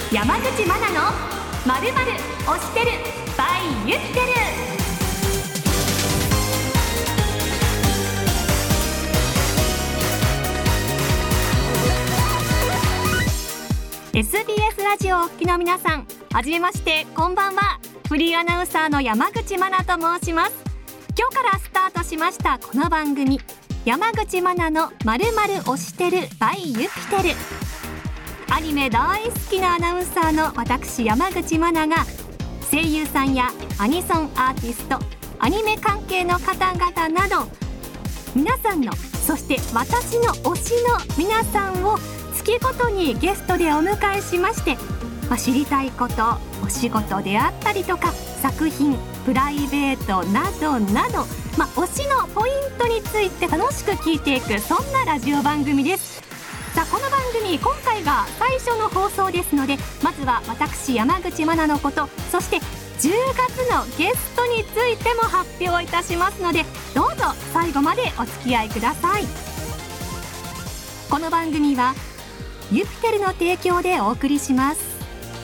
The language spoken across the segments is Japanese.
山口真奈のまるまる推してる by ゆきてる。SBS ラジオをお聞きの皆さん、はじめまして、こんばんは。フリーアナウンサーの山口真奈と申します。今日からスタートしましたこの番組、山口真奈のまるまる推してる by ゆきてる。アニメ大好きなアナウンサーの私山口真奈が、声優さんやアニソンアーティスト、アニメ関係の方々など、皆さんの、そして私の推しの皆さんを月ごとにゲストでお迎えしまして、知りたいこと、お仕事であったりとか、作品、プライベートなどなど、推しのポイントについて楽しく聞いていく、そんなラジオ番組です。さあ、この番組、今回が最初の放送ですので、まずは私山口真奈のこと、そして10月のゲストについても発表いたしますので、どうぞ最後までお付き合いください。この番組はユピテルの提供でお送りします。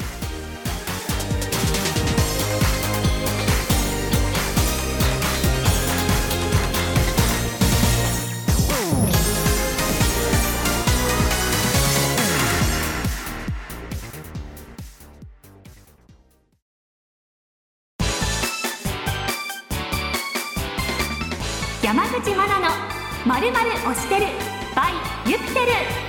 山口真奈のまるまる推してる by ゆきてる。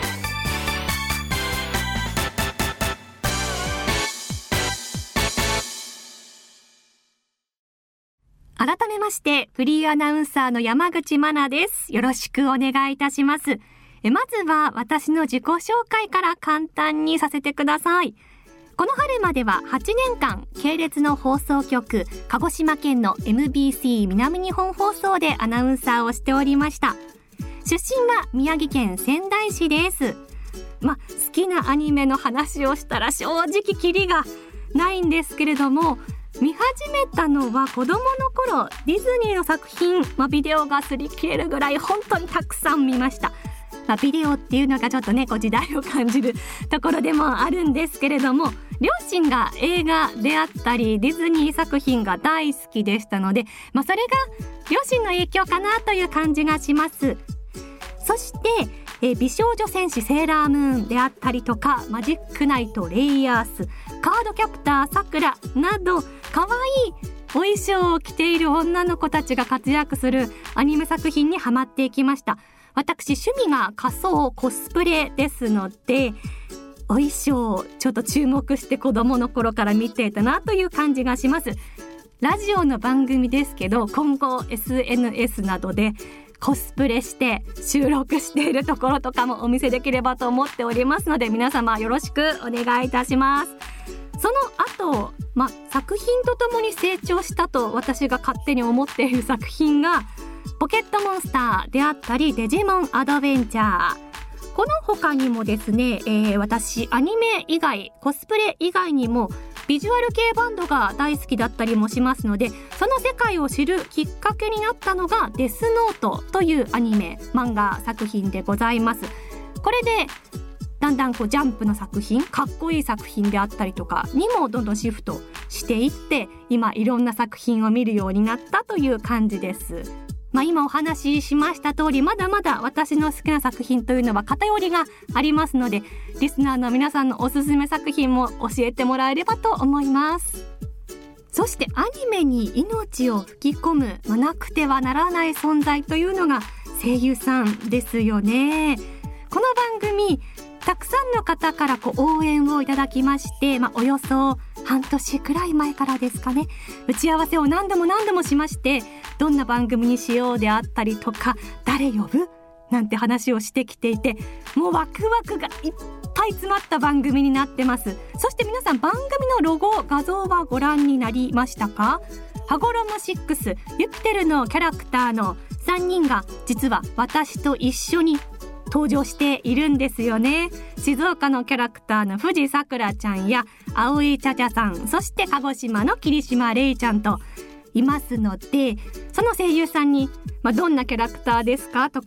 改めまして、フリーアナウンサーの山口真奈です。よろしくお願いいたします。まずは私の自己紹介から簡単にさせてください。この春までは8年間系列の放送局、鹿児島県の MBC 南日本放送でアナウンサーをしておりました。出身は宮城県仙台市です。好きなアニメの話をしたら正直キリがないんですけれども、見始めたのは子供の頃、ディズニーの作品、ビデオが擦り切れるぐらい本当にたくさん見ました。ビデオっていうのがちょっとね、時代を感じるところでもあるんですけれども、両親が映画であったりディズニー作品が大好きでしたので、それが両親の影響かなという感じがします。そして美少女戦士セーラームーンであったりとか、マジックナイトレイヤース、カードキャプターさくらなど、可愛いお衣装を着ている女の子たちが活躍するアニメ作品にハマっていきました。私、趣味が仮装コスプレですので、お衣装をちょっと注目して子供の頃から見ていたなという感じがします。ラジオの番組ですけど、今後 SNS などでコスプレして収録しているところとかもお見せできればと思っておりますので、皆様よろしくお願いいたします。その後、作品とともに成長したと私が勝手に思っている作品がポケットモンスターであったりデジモンアドベンチャー、この他にもですね、私アニメ以外、コスプレ以外にもビジュアル系バンドが大好きだったりもしますので、その世界を知るきっかけになったのがデスノートというアニメ漫画作品でございます。これでだんだんジャンプの作品、かっこいい作品であったりとかにもどんどんシフトしていって、今いろんな作品を見るようになったという感じです。今お話ししました通り、まだまだ私の好きな作品というのは偏りがありますので、リスナーの皆さんのおすすめ作品も教えてもらえればと思います。そしてアニメに命を吹き込む、なくてはならない存在というのが声優さんですよね。この番組、たくさんの方から応援をいただきまして、およそ半年くらい前からですかね、打ち合わせを何度もしまして、どんな番組にしようであったりとか、誰呼ぶなんて話をしてきていて、もうワクワクがいっぱい詰まった番組になってます。そして皆さん、番組のロゴ、画像はご覧になりましたか？羽衣6、ユピテルのキャラクターの3人が実は私と一緒に登場しているんですよね。静岡のキャラクターの藤さくらちゃんや葵ちゃちゃさん、そして鹿児島の霧島れいちゃんといますので、その声優さんに、どんなキャラクターですかとか、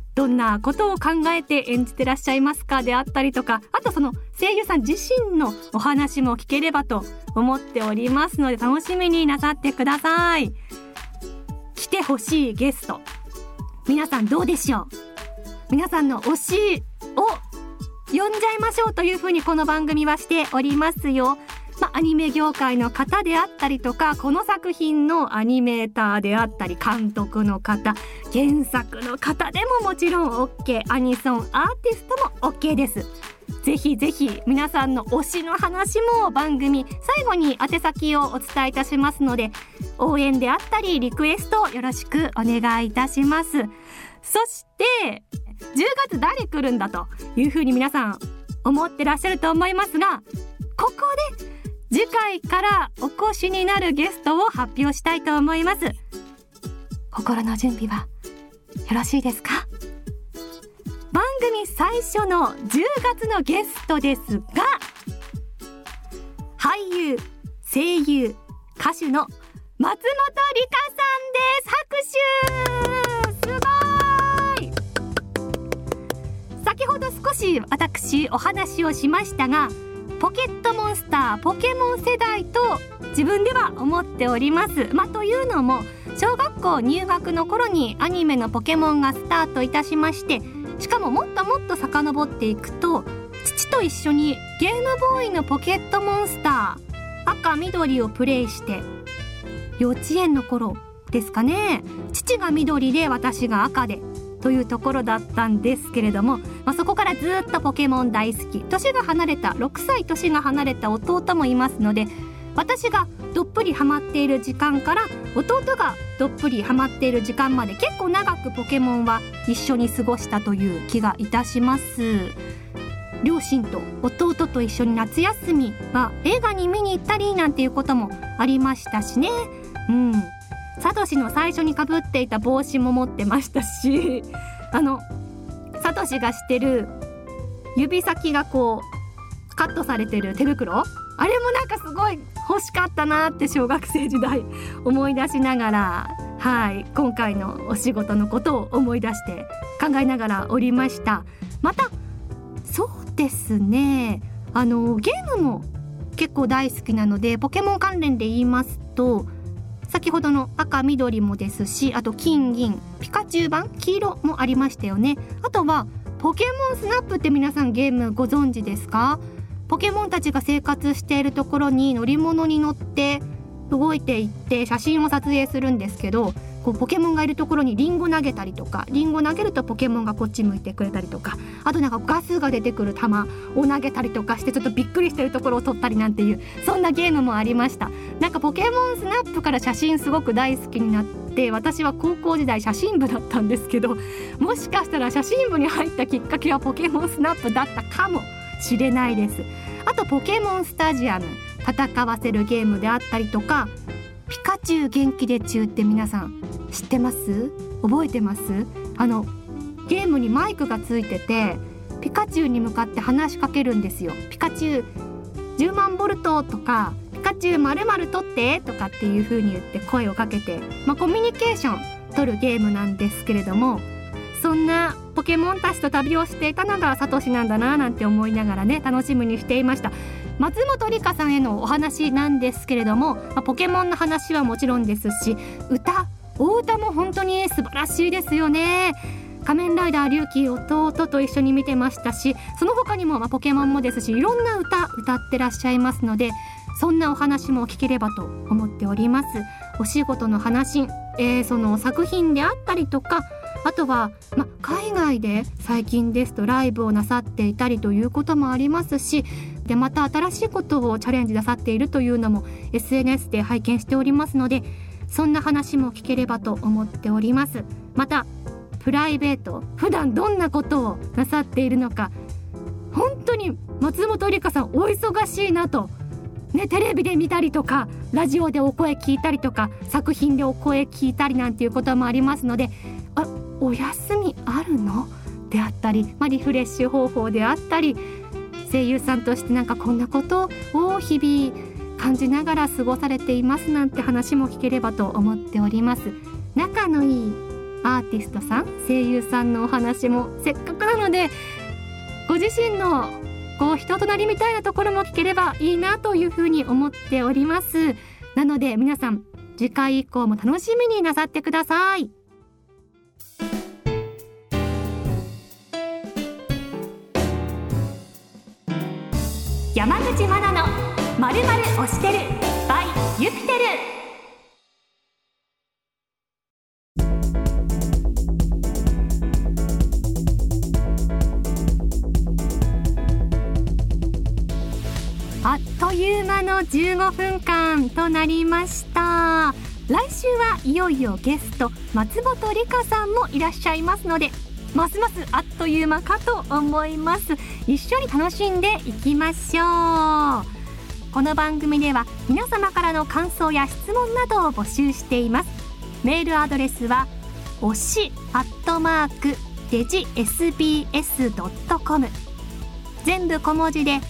どんなことを考えて演じてらっしゃいますかであったりとか、あとその声優さん自身のお話も聞ければと思っておりますので、楽しみになさってください。来てほしいゲスト、皆さんどうでしょう。皆さんの推しを呼んじゃいましょうというふうにこの番組はしておりますよ。アニメ業界の方であったりとか、この作品のアニメーターであったり、監督の方、原作の方でももちろん OK、 アニソンアーティストも OK です。ぜひぜひ皆さんの推しの話も番組最後に宛先をお伝えいたしますので、応援であったりリクエストよろしくお願いいたします。そして10月誰来るんだというふうに皆さん思ってらっしゃると思いますが、ここで次回からお越しになるゲストを発表したいと思います。心の準備はよろしいですか？番組最初の10月のゲストですが、俳優、声優、歌手の松本梨香さんです。拍手。すごい。先ほど少し私お話をしましたが、ポケットモンスター、ポケモン世代と自分では思っております。というのも小学校入学の頃にアニメのポケモンがスタートいたしまして、しかももっともっと遡っていくと、父と一緒にゲームボーイのポケットモンスター赤緑をプレイして、幼稚園の頃ですかね、父が緑で私が赤でというところだったんですけれども、そこからずっとポケモン大好き、年が離れた6歳年が離れた弟もいますので、私がどっぷりハマっている時間から弟がどっぷりハマっている時間まで結構長くポケモンは一緒に過ごしたという気がいたします。両親と弟と一緒に夏休みは映画に見に行ったりなんていうこともありましたしね。サトシの最初に被っていた帽子も持ってましたし、サトシがしてる指先がこうカットされてる手袋、あれもなんかすごい欲しかったなって小学生時代思い出しながら、今回のお仕事のことを思い出して考えながらおりました。またそうですね、ゲームも結構大好きなので、ポケモン関連で言いますと先ほどの赤緑もですし、あと金銀ピカチュウ版黄色もありましたよね。あとはポケモンスナップって皆さんゲームご存知ですか？ポケモンたちが生活しているところに乗り物に乗って動いていって写真を撮影するんですけど、こうポケモンがいるところにリンゴ投げたりとか、リンゴ投げるとポケモンがこっち向いてくれたりとか、あとなんかガスが出てくる玉を投げたりとかして、ちょっとびっくりしてるところを撮ったりなんていう、そんなゲームもありました。なんかポケモンスナップから写真すごく大好きになって、私は高校時代写真部だったんですけど、もしかしたら写真部に入ったきっかけはポケモンスナップだったかもしれないです。あとポケモンスタジアム、戦わせるゲームであったりとか、ピカチュウ元気でチュウって皆さん知ってます？覚えてます？ゲームにマイクがついてて、ピカチュウに向かって話しかけるんですよ。ピカチュウ10万ボルトとか、ピカチュウ〇〇取ってとかっていう風に言って声をかけて、コミュニケーション取るゲームなんですけれども、そんなポケモンたちと旅をしていたのがサトシなんだななんて思いながらね、楽しみにしていました。松本梨香さんへのお話なんですけれども、ポケモンの話はもちろんですし、お歌も本当に素晴らしいですよね。仮面ライダー龍騎弟と一緒に見てましたし、その他にもポケモンもですし、いろんな歌ってらっしゃいますので、そんなお話も聞ければと思っております。お仕事の話、その作品であったりとか、あとは、海外で最近ですとライブをなさっていたりということもありますし、でまた新しいことをチャレンジなさっているというのも SNS で拝見しておりますので、そんな話も聞ければと思っております。またプライベート、普段どんなことをなさっているのか、本当に松本梨香さんお忙しいなとね、テレビで見たりとか、ラジオでお声聞いたりとか、作品でお声聞いたりなんていうこともありますので、お休みあるのであったり、リフレッシュ方法であったり、声優さんとしてなんかこんなことを日々感じながら過ごされていますなんて話も聞ければと思っております。仲のいいアーティストさん、声優さんのお話もせっかくなのでご自身の人となりみたいなところも聞ければいいなというふうに思っております。なので皆さん次回以降も楽しみになさってください。山口真奈の〇〇推してる by ユピテル。あっという間の15分間となりました。来週はいよいよゲスト松本里香さんもいらっしゃいますので、ますますあっという間かと思います。一緒に楽しんでいきましょう。この番組では皆様からの感想や質問などを募集しています。メールアドレスは推しデジ SBS.com、 全部小文字で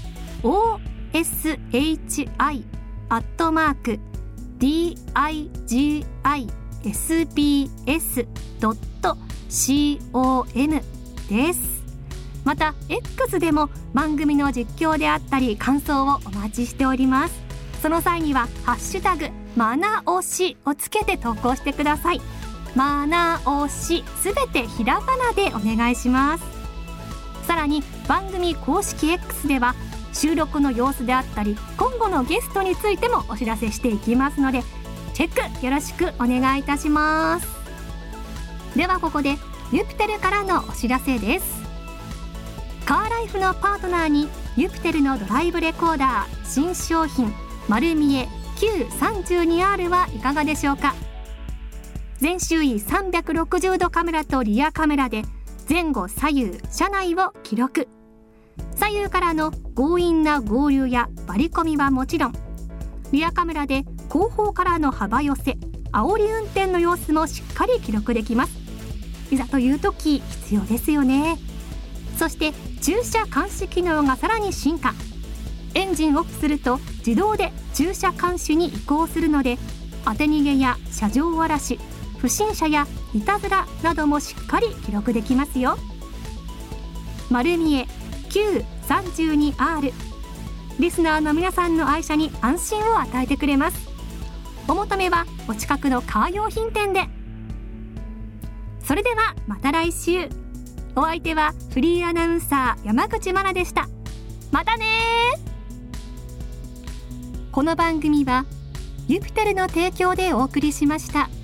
oshi@digisbs.com です。また X でも番組の実況であったり感想をお待ちしております。その際にはハッシュタグマナ推しをつけて投稿してください。マナ推しすべてひらがなでお願いします。さらに番組公式 X では収録の様子であったり今後のゲストについてもお知らせしていきますのでチェックよろしくお願いいたします。ではここでユピテルからのお知らせです。カーライフのパートナーにユピテルのドライブレコーダー新商品丸見え Q32R はいかがでしょうか。全周囲360度カメラとリアカメラで前後左右車内を記録。左右からの強引な合流や割り込みはもちろん、リアカメラで後方からの幅寄せ、煽り運転の様子もしっかり記録できます。いざという時必要ですよね。そして駐車監視機能がさらに進化。エンジンオフすると自動で駐車監視に移行するので、当て逃げや車上荒らし、不審者やいたずらなどもしっかり記録できますよ。丸見え Q32R、 リスナーの皆さんの愛車に安心を与えてくれます。お求めはお近くのカー用品店で。それではまた来週。お相手はフリーアナウンサー山口真奈でした。またね。この番組はユピテルの提供でお送りしました。